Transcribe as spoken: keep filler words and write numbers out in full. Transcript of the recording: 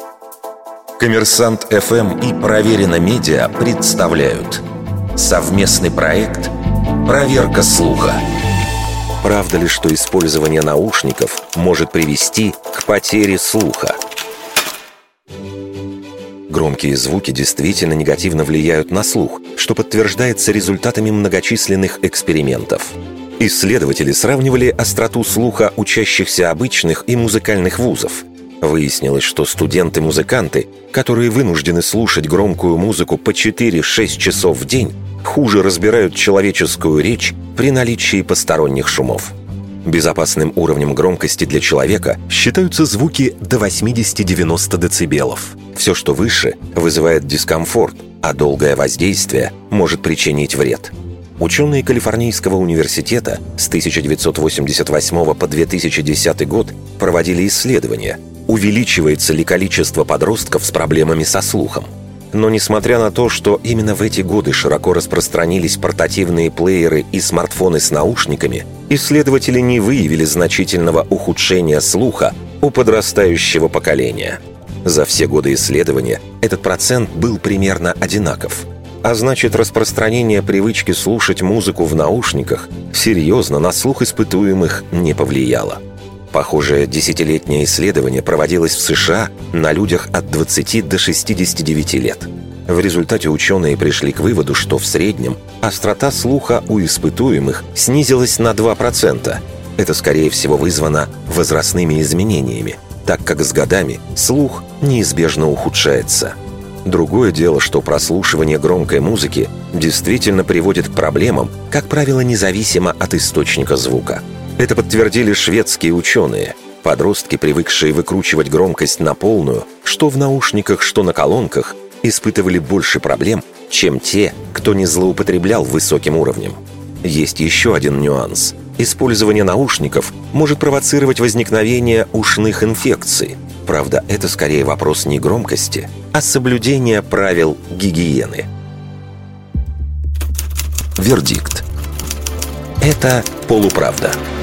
Коммерсант эф эм и Проверено Медиа представляют совместный проект «Проверка слуха». Правда ли, что использование наушников может привести к потере слуха? Громкие звуки действительно негативно влияют на слух, что подтверждается результатами многочисленных экспериментов. Исследователи сравнивали остроту слуха учащихся обычных и музыкальных вузов. Выяснилось, что студенты-музыканты, которые вынуждены слушать громкую музыку по четыре-шесть часов в день, хуже разбирают человеческую речь при наличии посторонних шумов. Безопасным уровнем громкости для человека считаются звуки до восемьдесят-девяносто децибелов. Все, что выше, вызывает дискомфорт, а долгое воздействие может причинить вред. Ученые Калифорнийского университета с тысяча девятьсот восемьдесят восьмого по две тысячи десятый год проводили исследования, увеличивается ли количество подростков с проблемами со слухом. Но несмотря на то, что именно в эти годы широко распространились портативные плееры и смартфоны с наушниками, исследователи не выявили значительного ухудшения слуха у подрастающего поколения. За все годы исследования этот процент был примерно одинаков. А значит, распространение привычки слушать музыку в наушниках серьезно на слух испытуемых не повлияло. Похожее десятилетнее исследование проводилось в США на людях от двадцати до шестидесяти девяти лет. В результате ученые пришли к выводу, что в среднем острота слуха у испытуемых снизилась на два процента. Это, скорее всего, вызвано возрастными изменениями, так как с годами слух неизбежно ухудшается. Другое дело, что прослушивание громкой музыки действительно приводит к проблемам, как правило, независимо от источника звука. Это подтвердили шведские ученые. Подростки, привыкшие выкручивать громкость на полную, что в наушниках, что на колонках, испытывали больше проблем, чем те, кто не злоупотреблял высоким уровнем. Есть еще один нюанс. Использование наушников может провоцировать возникновение ушных инфекций. Правда, это скорее вопрос не громкости, а соблюдения правил гигиены. Вердикт. Это полуправда.